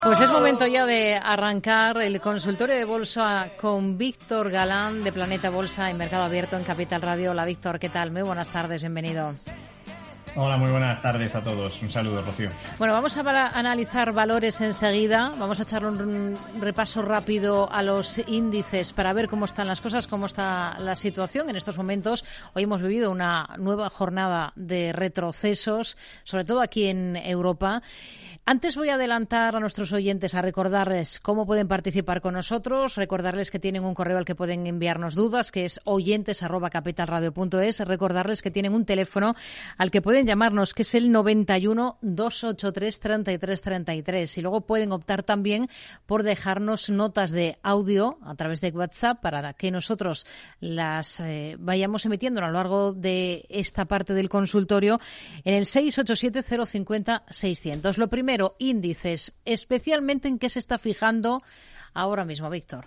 Pues es momento ya de arrancar el consultorio de bolsa con Víctor Galán de Planeta Bolsa en Mercado Abierto en Capital Radio. Hola Víctor, ¿qué tal? Muy buenas tardes, bienvenido. Hola, muy buenas tardes a todos. Un saludo, Rocío. Bueno, vamos a analizar valores enseguida. Vamos a echar un repaso rápido a los índices para ver cómo están las cosas, cómo está la situación en estos momentos. Hoy hemos vivido una nueva jornada de retrocesos, sobre todo aquí en Europa. Antes voy a adelantar a nuestros oyentes a recordarles cómo pueden participar con nosotros, recordarles que tienen un correo al que pueden enviarnos dudas, que es oyentes@capitalradio.es, recordarles que tienen un teléfono al que pueden llamarnos, que es el 91 283 33 33, y luego pueden optar también por dejarnos notas de audio a través de WhatsApp para que nosotros las vayamos emitiendo a lo largo de esta parte del consultorio en el 687 050 600. Lo primero, índices, especialmente en qué se está fijando ahora mismo, Víctor.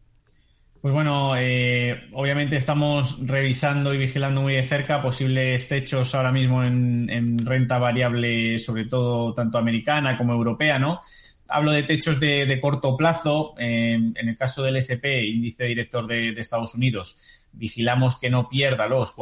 Pues bueno, obviamente estamos revisando y vigilando muy de cerca posibles techos ahora mismo en renta variable, sobre todo tanto americana como europea, ¿no? Hablo de techos de corto plazo. En el caso del S&P, índice director de Estados Unidos, vigilamos que no pierda los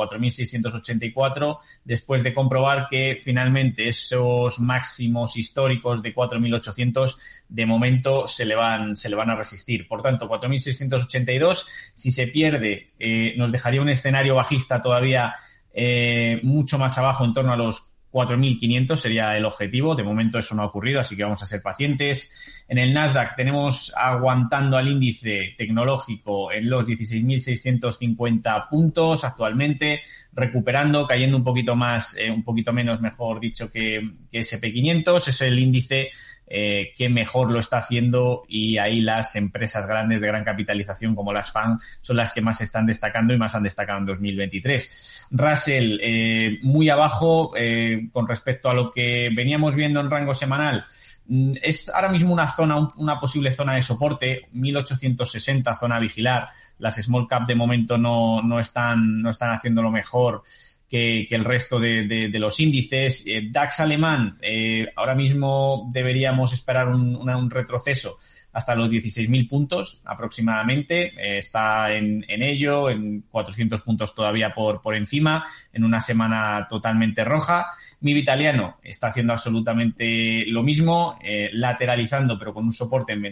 4.684 después de comprobar que finalmente esos máximos históricos de 4.800 de momento se le van a resistir. Por tanto, 4.682, si se pierde, nos dejaría un escenario bajista todavía mucho más abajo, en torno a los 4.500 sería el objetivo. De momento eso no ha ocurrido, así que vamos a ser pacientes. En el Nasdaq tenemos aguantando al índice tecnológico en los 16.650 puntos actualmente, recuperando, cayendo un poquito más, un poquito menos, mejor dicho, que SP500. Es el índice que mejor lo está haciendo, y ahí las empresas grandes de gran capitalización como las FANG son las que más están destacando y más han destacado en 2023. Russell muy abajo con respecto a lo que veníamos viendo en rango semanal. Es ahora mismo una posible zona de soporte, 1860, zona a vigilar. Las small cap de momento no están haciendo lo mejor que el resto de los índices. DAX alemán, ahora mismo deberíamos esperar un retroceso hasta los 16.000 puntos aproximadamente. Está en ello, en 400 puntos todavía por encima, en una semana totalmente roja. MIB italiano está haciendo absolutamente lo mismo, lateralizando, pero con un soporte en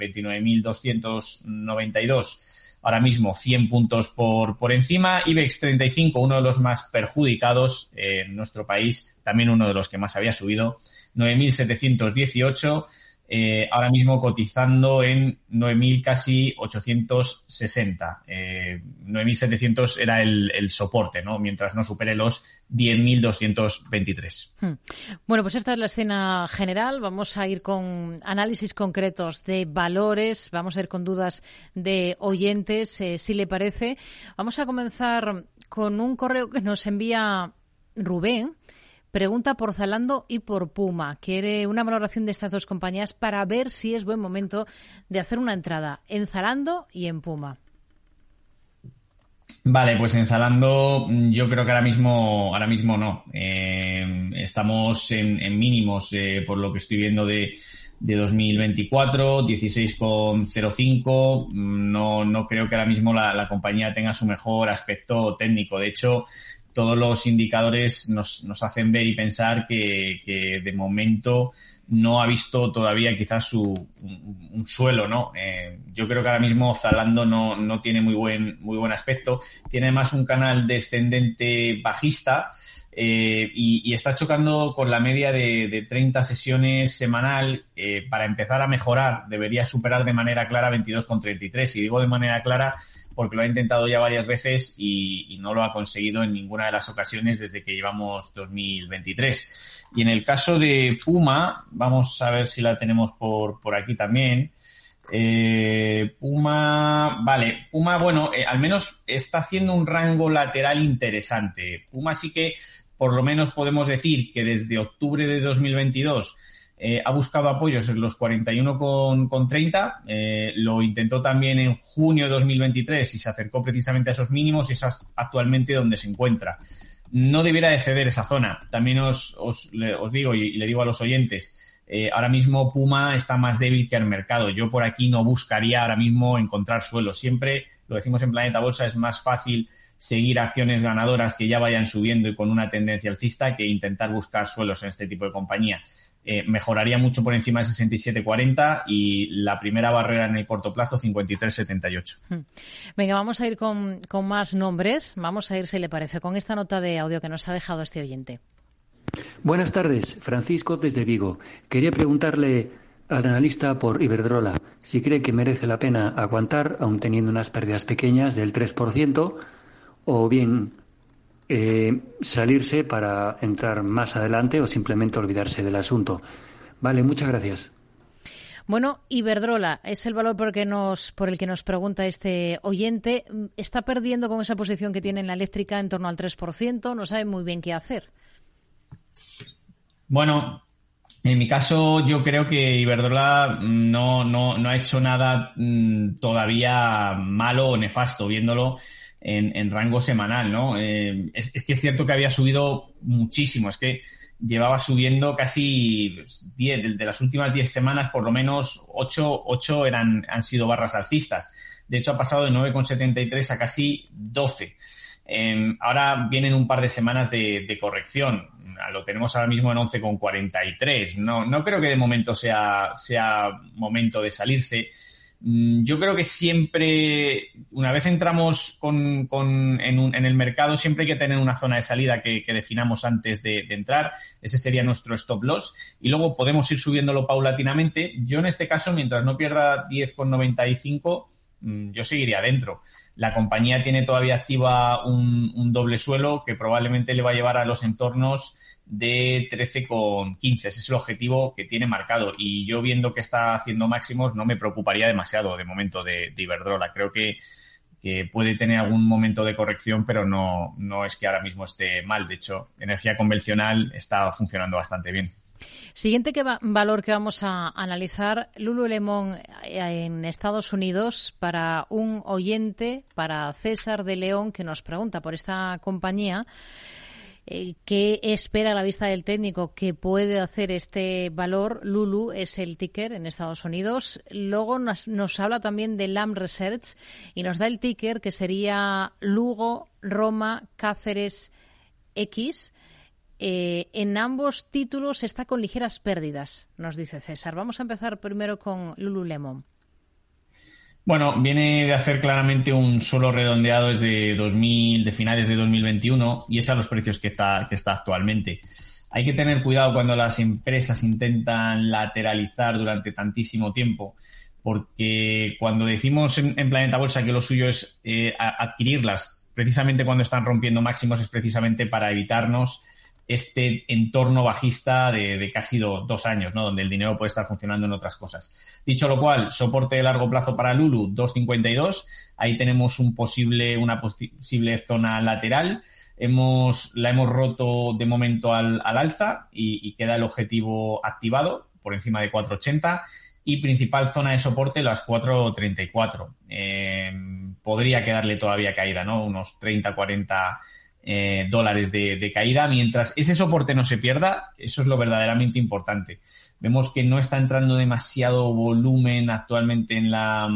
29.292. Ahora mismo 100 puntos por encima. IBEX 35, uno de los más perjudicados en nuestro país, también uno de los que más había subido, 9.718, ahora mismo cotizando en 9.000 casi 860. 9.700 era el soporte, ¿no? Mientras no supere los 10.223. Bueno, pues esta es la escena general. Vamos a ir con análisis concretos de valores. Vamos a ir con dudas de oyentes, si le parece. Vamos a comenzar con un correo que nos envía Rubén. Pregunta por Zalando y por Puma. Quiere una valoración de estas dos compañías para ver si es buen momento de hacer una entrada en Zalando y en Puma. Vale, pues en Zalando yo creo que ahora mismo no. Estamos en mínimos, por lo que estoy viendo de 2024, 16,05. No creo que ahora mismo la compañía tenga su mejor aspecto técnico. De hecho, todos los indicadores nos hacen ver y pensar que de momento no ha visto todavía quizás un suelo, ¿no? Yo creo que ahora mismo Zalando no tiene muy buen aspecto. Tiene más un canal descendente bajista, y está chocando con la media de 30 sesiones semanal. Para empezar a mejorar debería superar de manera clara 22,33. Y digo de manera clara porque lo ha intentado ya varias veces y no lo ha conseguido en ninguna de las ocasiones desde que llevamos 2023. Y en el caso de Puma, vamos a ver si la tenemos por aquí también. Puma, bueno, al menos está haciendo un rango lateral interesante. Puma sí que, por lo menos podemos decir que desde octubre de 2022 ha buscado apoyos en los 41,30. Lo intentó también en junio de 2023 y se acercó precisamente a esos mínimos, y es actualmente donde se encuentra. No debiera de ceder esa zona. También os digo y le digo a los oyentes, ahora mismo Puma está más débil que el mercado. Yo por aquí no buscaría ahora mismo encontrar suelo. Siempre, lo decimos en Planeta Bolsa, es más fácil seguir acciones ganadoras que ya vayan subiendo y con una tendencia alcista que intentar buscar suelos en este tipo de compañía. Mejoraría mucho por encima de 67.40 y la primera barrera en el corto plazo 53.78. Venga, vamos a ir con más nombres. Vamos a ir, si le parece, con esta nota de audio que nos ha dejado este oyente. Buenas tardes, Francisco desde Vigo. Quería preguntarle al analista por Iberdrola si cree que merece la pena aguantar, aun teniendo unas pérdidas pequeñas del 3%, o bien salirse para entrar más adelante o simplemente olvidarse del asunto. Vale, muchas gracias. Bueno, Iberdrola es el valor por el que nos pregunta este oyente. Está perdiendo con esa posición que tiene en la eléctrica en torno al 3%. No sabe muy bien qué hacer. Bueno, en mi caso yo creo que Iberdrola no ha hecho nada todavía malo o nefasto, viéndolo en rango semanal, ¿no? Es que es cierto que había subido muchísimo, es que llevaba subiendo casi 10, de las últimas 10 semanas, por lo menos 8 han sido barras alcistas. De hecho, ha pasado de 9,73 a casi 12. Ahora vienen un par de semanas de corrección. Lo tenemos ahora mismo en 11,43. No creo que de momento sea momento de salirse. Yo creo que siempre, una vez entramos en el mercado, siempre hay que tener una zona de salida que definamos antes de entrar. Ese sería nuestro stop loss. Y luego podemos ir subiéndolo paulatinamente. Yo en este caso, mientras no pierda 10,95, yo seguiría dentro. La compañía tiene todavía activa un doble suelo que probablemente le va a llevar a los entornos de 13,15. Ese es el objetivo que tiene marcado. Y yo, viendo que está haciendo máximos, no me preocuparía demasiado de momento de Iberdrola. Creo que puede tener algún momento de corrección, pero no es que ahora mismo esté mal. De hecho, energía convencional está funcionando bastante bien. Siguiente valor que vamos a analizar, Lululemon en Estados Unidos, para un oyente, para César de León, que nos pregunta por esta compañía. ¿Qué espera a la vista del técnico que puede hacer este valor? Lulu es el ticker en Estados Unidos. Luego nos habla también de Lam Research y nos da el ticker que sería Lugo, Roma, Cáceres, X. En ambos títulos está con ligeras pérdidas, nos dice César. Vamos a empezar primero con Lululemon. Bueno, viene de hacer claramente un suelo redondeado de finales de 2021 y es a los precios que está actualmente. Hay que tener cuidado cuando las empresas intentan lateralizar durante tantísimo tiempo, porque cuando decimos en Planeta Bolsa que lo suyo es adquirirlas precisamente cuando están rompiendo máximos, es precisamente para evitarnos este entorno bajista de casi 2 años, ¿no? Donde el dinero puede estar funcionando en otras cosas. Dicho lo cual, soporte de largo plazo para Lulu, 2,52. Ahí tenemos una posible zona lateral. La hemos roto de momento al alza y queda el objetivo activado por encima de 4,80. Y principal zona de soporte, las 4,34. Podría quedarle todavía caída, ¿no? Unos 30, 40 dólares de caída. Mientras ese soporte no se pierda, eso es lo verdaderamente importante. Vemos que no está entrando demasiado volumen actualmente en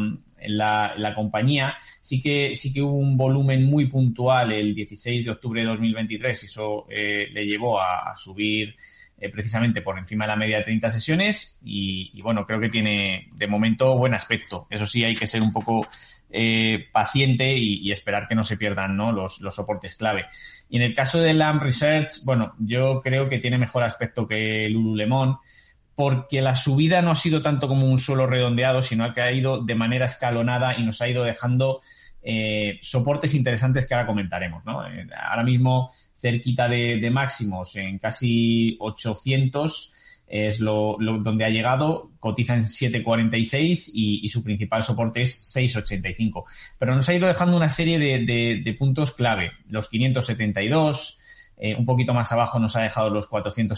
la compañía. Sí que hubo un volumen muy puntual el 16 de octubre de 2023 y eso le llevó a subir precisamente por encima de la media de 30 sesiones y bueno, creo que tiene de momento buen aspecto. Eso sí, hay que ser un poco paciente y esperar que no se pierdan, ¿no? los soportes clave. Y en el caso de Lam Research, bueno, yo creo que tiene mejor aspecto que Lululemon, porque la subida no ha sido tanto como un suelo redondeado, sino que ha ido de manera escalonada y nos ha ido dejando soportes interesantes que ahora comentaremos, ¿no? Ahora mismo cerquita de máximos en casi 800 es donde ha llegado, cotiza en 7,46 y su principal soporte es 6,85. Pero nos ha ido dejando una serie de puntos clave. Los 572, un poquito más abajo nos ha dejado los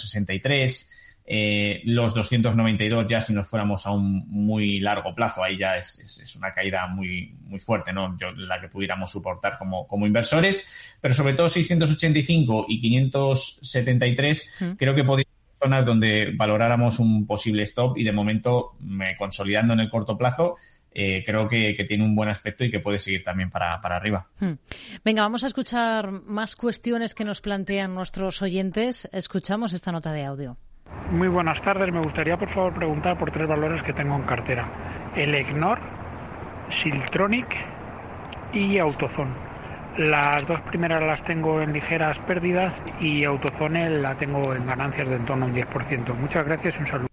463, los 292 ya si nos fuéramos a un muy largo plazo, ahí ya es una caída muy, muy fuerte, ¿no? La que pudiéramos soportar como inversores, pero sobre todo 685 y 573 creo que podría zonas donde valoráramos un posible stop y de momento, consolidando en el corto plazo, creo que tiene un buen aspecto y que puede seguir también para arriba. Venga, vamos a escuchar más cuestiones que nos plantean nuestros oyentes. Escuchamos esta nota de audio. Muy buenas tardes. Me gustaría, por favor, preguntar por 3 valores que tengo en cartera. Elecnor, Siltronic y Autozone. Las 2 primeras las tengo en ligeras pérdidas y Autozone la tengo en ganancias de en torno a un 10%. Muchas gracias y un saludo.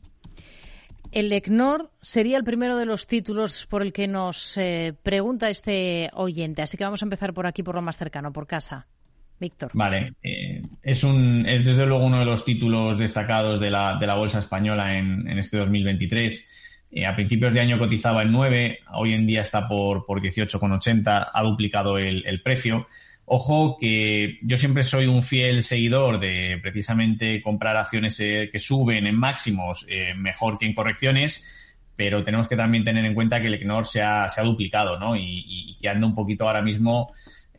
El Elecnor sería el primero de los títulos por el que nos pregunta este oyente. Así que vamos a empezar por aquí, por lo más cercano, por casa. Víctor. Vale. Es desde luego uno de los títulos destacados de la bolsa española en este 2023. A principios de año cotizaba en 9, hoy en día está por 18,80, ha duplicado el precio. Ojo que yo siempre soy un fiel seguidor de precisamente comprar acciones que suben en máximos mejor que en correcciones, pero tenemos que también tener en cuenta que el Elecnor se ha duplicado, ¿no? Y que anda un poquito ahora mismo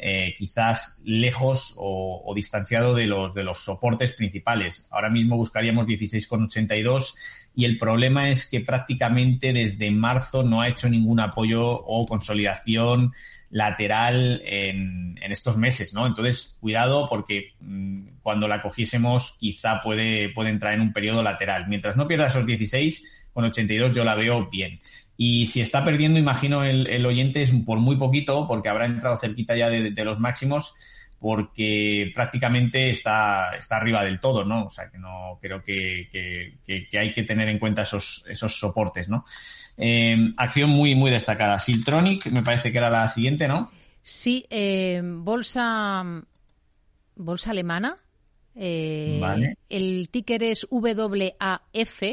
quizás lejos o distanciado de los soportes principales. Ahora mismo buscaríamos 16,82 y el problema es que prácticamente desde marzo no ha hecho ningún apoyo o consolidación lateral en estos meses, ¿no? Entonces, cuidado porque cuando la cogiésemos quizá puede entrar en un periodo lateral. Mientras no pierda esos 16,82 yo la veo bien. Y si está perdiendo, imagino el oyente es por muy poquito, porque habrá entrado cerquita ya de los máximos, porque prácticamente está arriba del todo, ¿no? O sea, que no creo que hay que tener en cuenta esos soportes, ¿no? Acción muy, muy destacada. Siltronic, me parece que era la siguiente, ¿no? Sí, bolsa alemana. Vale. El ticker es WAF.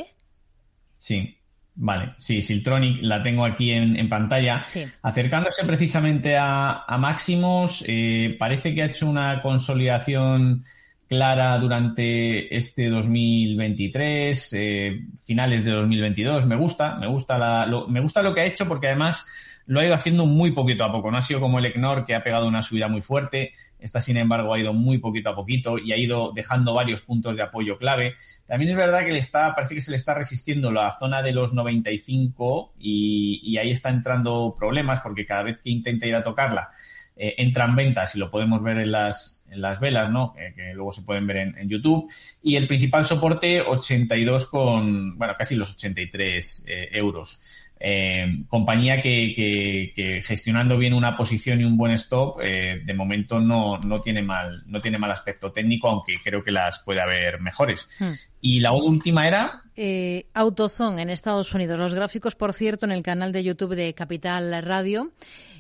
Sí. Vale, sí, Siltronic la tengo aquí en pantalla. Sí. Acercándose precisamente a máximos, parece que ha hecho una consolidación clara durante este 2023, finales de 2022. Me gusta lo que ha hecho porque además lo ha ido haciendo muy poquito a poco. No ha sido como el Elecnor, que ha pegado una subida muy fuerte. Esta, sin embargo, ha ido muy poquito a poquito y ha ido dejando varios puntos de apoyo clave. También es verdad que parece que se le está resistiendo la zona de los 95 y ahí está entrando problemas porque cada vez que intenta ir a tocarla entran ventas y lo podemos ver en las velas, ¿no? Que luego se pueden ver en YouTube. Y el principal soporte 82 casi los 83 euros. Compañía que gestionando bien una posición y un buen stop, de momento no tiene mal aspecto técnico, aunque creo que las puede haber mejores. Y la última era Autozone en Estados Unidos. Los gráficos, por cierto, en el canal de YouTube de Capital Radio.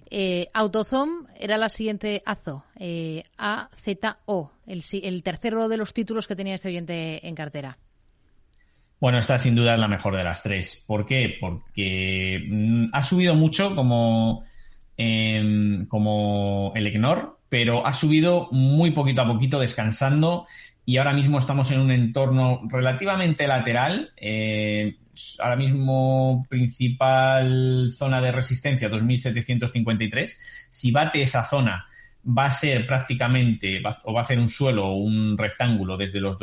Autozone era la siguiente AZO, AZO, el tercero de los títulos que tenía este oyente en cartera. Bueno, esta sin duda es la mejor de las 3. ¿Por qué? Porque ha subido mucho como el Elecnor, pero ha subido muy poquito a poquito, descansando, y ahora mismo estamos en un entorno relativamente lateral. Ahora mismo principal zona de resistencia 2.753. Si bate esa zona va a ser prácticamente, o va a hacer un suelo o un rectángulo desde los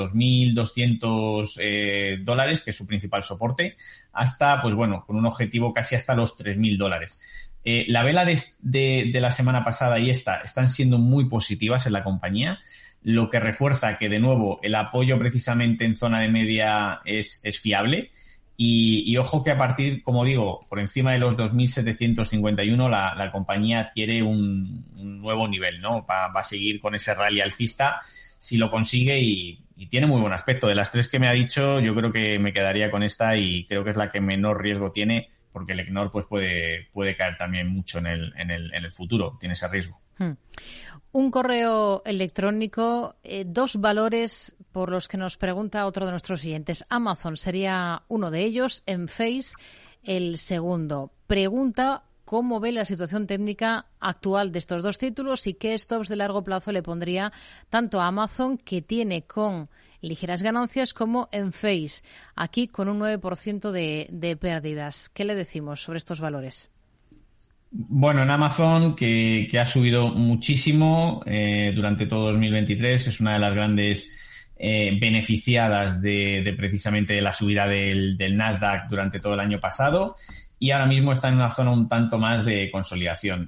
$2.200, que es su principal soporte, hasta, pues bueno, con un objetivo casi hasta los $3.000. La vela de la semana pasada y esta están siendo muy positivas en la compañía, lo que refuerza que, de nuevo, el apoyo precisamente en zona de media es fiable. Y ojo que a partir, como digo, por encima de los 2.751 la compañía adquiere un nuevo nivel, ¿no? Va a seguir con ese rally alcista si lo consigue y tiene muy buen aspecto. De las 3 que me ha dicho, yo creo que me quedaría con esta y creo que es la que menor riesgo tiene, porque el Elecnor pues puede caer también mucho en el futuro, tiene ese riesgo. Un correo electrónico, 2 valores por los que nos pregunta otro de nuestros siguientes. Amazon sería uno de ellos, Enphase el segundo. Pregunta cómo ve la situación técnica actual de estos 2 títulos y qué stops de largo plazo le pondría tanto a Amazon, que tiene con ligeras ganancias, como Enphase, aquí con un 9% de pérdidas. ¿Qué le decimos sobre estos valores? Bueno, en Amazon, que ha subido muchísimo durante todo 2023, es una de las grandes beneficiadas de precisamente la subida del Nasdaq durante todo el año pasado, y ahora mismo está en una zona un tanto más de consolidación.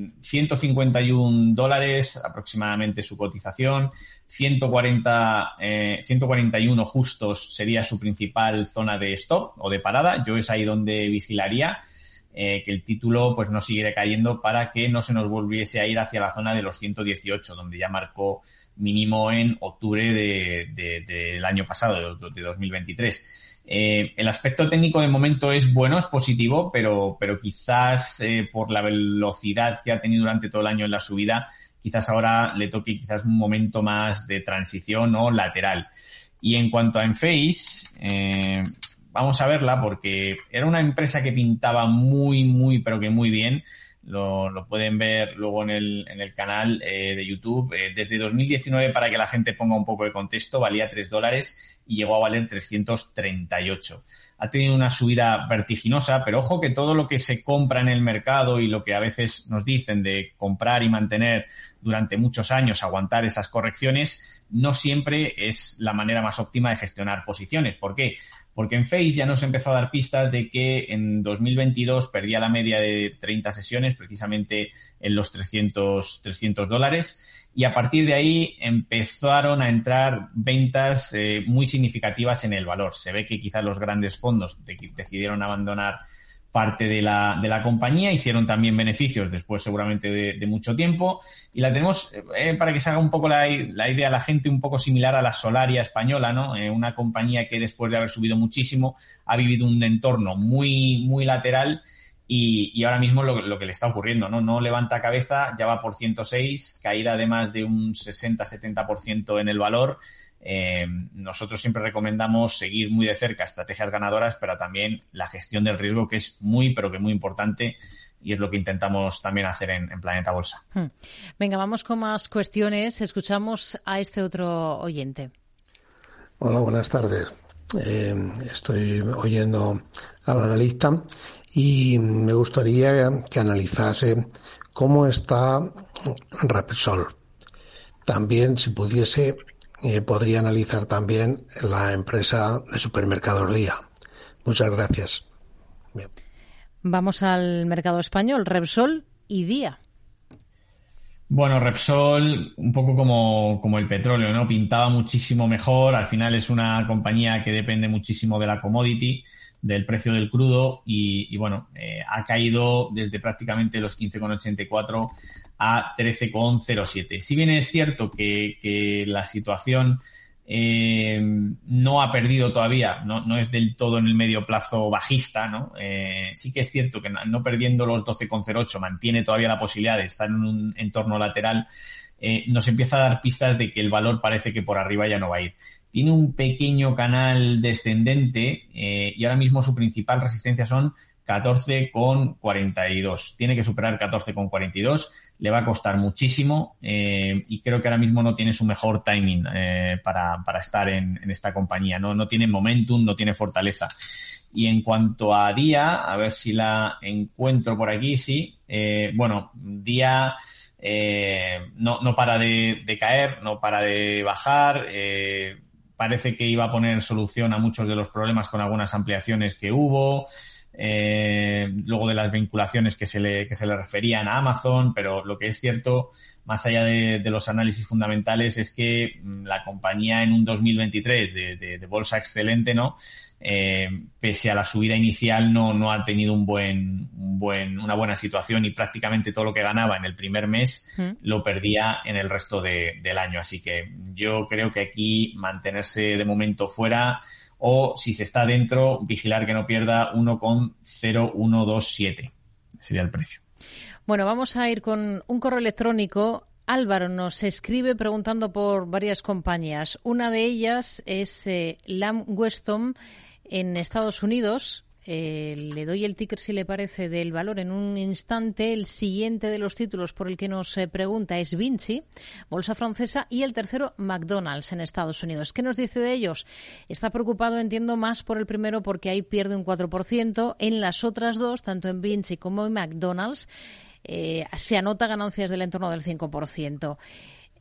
$151 aproximadamente su cotización, 141 justos sería su principal zona de stop o de parada. Yo es ahí donde vigilaría que el título pues no siguiera cayendo para que no se nos volviese a ir hacia la zona de los 118, donde ya marcó mínimo en octubre del año pasado, de 2023. El aspecto técnico de momento es bueno, es positivo, pero quizás por la velocidad que ha tenido durante todo el año en la subida, quizás ahora le toque quizás un momento más de transición o lateral. Y en cuanto a Enphase, vamos a verla porque era una empresa que pintaba muy, pero que muy bien. Lo pueden ver luego en el canal de YouTube. Desde 2019, para que la gente ponga un poco de contexto, valía $3 y llegó a valer 338. Ha tenido una subida vertiginosa, pero ojo que todo lo que se compra en el mercado y lo que a veces nos dicen de comprar y mantener durante muchos años, aguantar esas correcciones, no siempre es la manera más óptima de gestionar posiciones. ¿Por qué? Porque Enphase ya nos empezó a dar pistas de que en 2022 perdía la media de 30 sesiones, precisamente en los $300, y a partir de ahí empezaron a entrar ventas muy significativas en el valor. Se ve que quizás los grandes fondos decidieron abandonar parte de la compañía, hicieron también beneficios después seguramente de mucho tiempo, y la tenemos, para que se haga un poco la idea a la gente, un poco similar a la Solaria española, ¿no? Una compañía que después de haber subido muchísimo ha vivido un entorno muy lateral y ahora mismo lo que le está ocurriendo, ¿no? No levanta cabeza, ya va por 106, caída además de un 60-70% en el valor. Nosotros siempre recomendamos seguir muy de cerca estrategias ganadoras, pero también la gestión del riesgo, que es muy importante, y es lo que intentamos también hacer en Planeta Bolsa. Venga, vamos con más cuestiones. Escuchamos a este otro oyente. Hola, buenas tardes. Estoy oyendo al analista y me gustaría que analizase cómo está Repsol. También, si pudiese, podría analizar también la empresa de supermercados Día. Muchas gracias. Bien. Vamos al mercado español, Repsol y Día. Bueno, Repsol, un poco como el petróleo, ¿no? Pintaba muchísimo mejor. Al final es una compañía que depende muchísimo de la commodity, del precio del crudo, y bueno, ha caído desde prácticamente los 15,84 a 13,07. Si bien es cierto que la situación no ha perdido todavía, no es del todo en el medio plazo bajista, ¿no? Sí que es cierto que no perdiendo los 12,08 mantiene todavía la posibilidad de estar en un entorno lateral. Nos empieza a dar pistas de que el valor parece que por arriba ya no va a ir. Tiene un pequeño canal descendente y ahora mismo su principal resistencia son 14,42. Tiene que superar 14,42. Le va a costar muchísimo y creo que ahora mismo no tiene su mejor timing para estar en esta compañía. No tiene momentum, no tiene fortaleza. Y en cuanto a Día, a ver si la encuentro por aquí, sí. Bueno, Día no para de caer, no para de bajar. Parece que iba a poner solución a muchos de los problemas con algunas ampliaciones que hubo. Luego de las vinculaciones que se le referían a Amazon, pero lo que es cierto, más allá de los análisis fundamentales, es que la compañía en un 2023 de bolsa excelente, ¿no? Pese a la subida inicial no ha tenido una buena situación, y prácticamente todo lo que ganaba en el primer mes lo perdía en el resto del año. Así que yo creo que aquí mantenerse de momento fuera, o si se está dentro, vigilar que no pierda 1,0127. Sería el precio. Bueno, vamos a ir con un correo electrónico. Álvaro nos escribe preguntando por varias compañías. Una de ellas es Lamb Weston en Estados Unidos. Le doy el ticker, si le parece, del valor en un instante. El siguiente de los títulos por el que nos pregunta es Vinci, bolsa francesa, y el tercero McDonald's en Estados Unidos. ¿Qué nos dice de ellos? Está preocupado, entiendo, más por el primero porque ahí pierde un 4%. En las otras dos, tanto en Vinci como en McDonald's, se anota ganancias del entorno del 5%.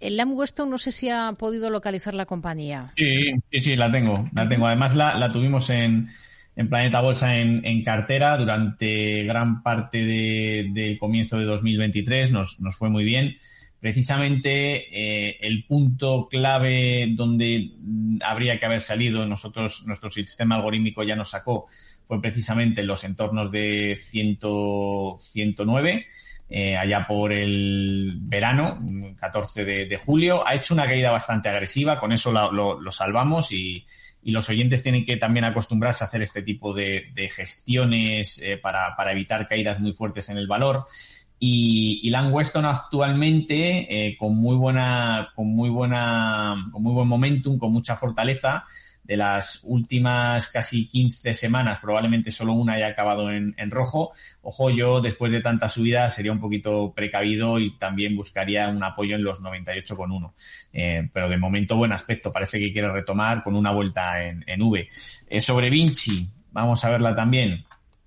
El Lamb Weston, no sé si ha podido localizar la compañía. Sí, la tengo. Además, la tuvimos en Planeta Bolsa en cartera durante gran parte del comienzo de 2023. Nos fue muy bien. Precisamente el punto clave donde habría que haber salido, nuestro sistema algorítmico ya nos sacó, fue precisamente en los entornos de 109, allá por el verano, 14 de julio. Ha hecho una caída bastante agresiva, con eso lo salvamos y los oyentes tienen que también acostumbrarse a hacer este tipo de gestiones para evitar caídas muy fuertes en el valor. Y Lamb Weston actualmente con muy buen momentum, con mucha fortaleza. De las últimas casi 15 semanas, probablemente solo una haya acabado en rojo. Ojo, yo después de tanta subida sería un poquito precavido y también buscaría un apoyo en los 98,1. Pero de momento buen aspecto, parece que quiere retomar con una vuelta en V. Sobre Vinci, vamos a verla también.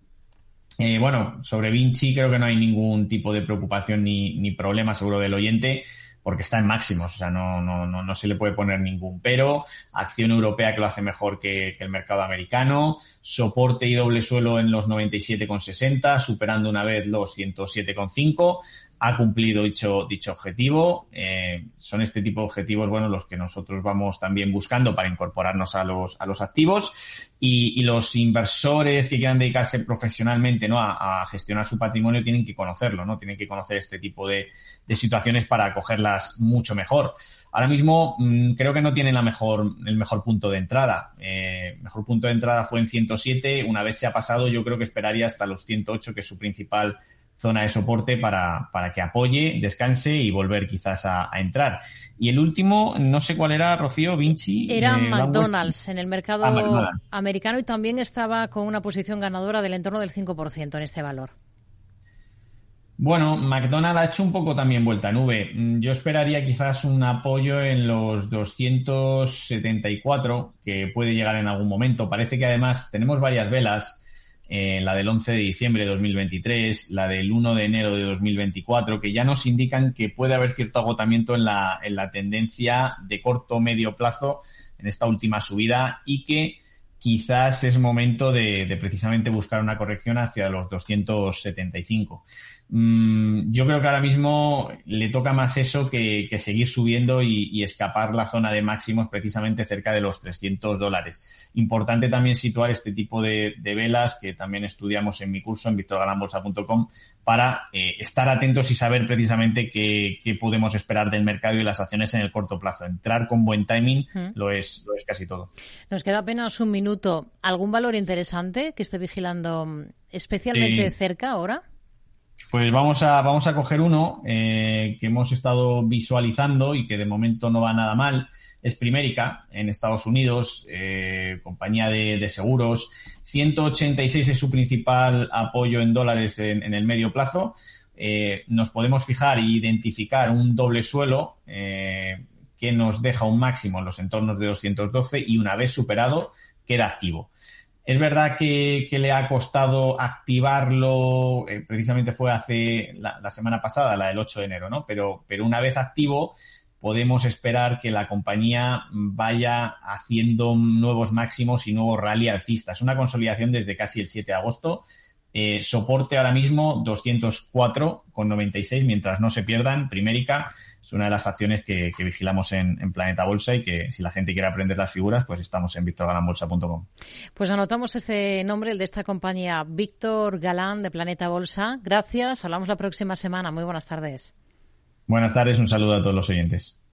Sobre Vinci creo que no hay ningún tipo de preocupación ni problema, seguro, del oyente, porque está en máximos, o sea, no se le puede poner ningún pero. Acción europea que lo hace mejor que el mercado americano, soporte y doble suelo en los 97,60, superando una vez los 107,5. Ha cumplido dicho objetivo. Son este tipo de objetivos, los que nosotros vamos también buscando para incorporarnos a los activos. Y los inversores que quieran dedicarse profesionalmente, ¿no?, a gestionar su patrimonio tienen que conocerlo, ¿no? Tienen que conocer este tipo de situaciones para acogerlas mucho mejor. Ahora mismo creo que no tienen el mejor punto de entrada. Mejor punto de entrada fue en 107. Una vez se ha pasado, yo creo que esperaría hasta los 108, que es su principal zona de soporte, para que apoye, descanse y volver quizás a entrar. Y el último, no sé cuál era, Rocío, Vinci. Era McDonald's en el mercado americano, y también estaba con una posición ganadora del entorno del 5% en este valor. McDonald's ha hecho un poco también vuelta en V. Yo esperaría quizás un apoyo en los 274, que puede llegar en algún momento. Parece que además tenemos varias velas. La del 11 de diciembre de 2023, la del 1 de enero de 2024, que ya nos indican que puede haber cierto agotamiento en la tendencia de corto o medio plazo en esta última subida, y que quizás es momento de precisamente buscar una corrección hacia los 275. Yo creo que ahora mismo le toca más eso que seguir subiendo y escapar la zona de máximos precisamente cerca de los $300. Importante también situar este tipo de velas, que también estudiamos en mi curso en victorgalambolsa.com, para estar atentos y saber precisamente qué podemos esperar del mercado y las acciones en el corto plazo. Entrar con buen timing lo es casi todo. Nos queda apenas un minuto. ¿Algún valor interesante que esté vigilando especialmente de cerca ahora? Pues vamos a coger uno que hemos estado visualizando y que de momento no va nada mal. Es Primerica, en Estados Unidos, compañía de seguros. 186 es su principal apoyo en dólares en el medio plazo. Nos podemos fijar e identificar un doble suelo que nos deja un máximo en los entornos de 212, y una vez superado queda activo. Es verdad que le ha costado activarlo, precisamente fue hace la semana pasada, la del 8 de enero, ¿no? Pero una vez activo, podemos esperar que la compañía vaya haciendo nuevos máximos y nuevos rally alcistas. Una consolidación desde casi el 7 de agosto. Soporte ahora mismo 204,96, mientras no se pierdan. Primerica es una de las acciones que vigilamos en Planeta Bolsa, y que, si la gente quiere aprender las figuras, pues estamos en victorgalambolsa.com. Pues anotamos este nombre, el de esta compañía, Víctor Galán, de Planeta Bolsa. Gracias, hablamos la próxima semana. Muy buenas tardes. Buenas tardes, un saludo a todos los oyentes.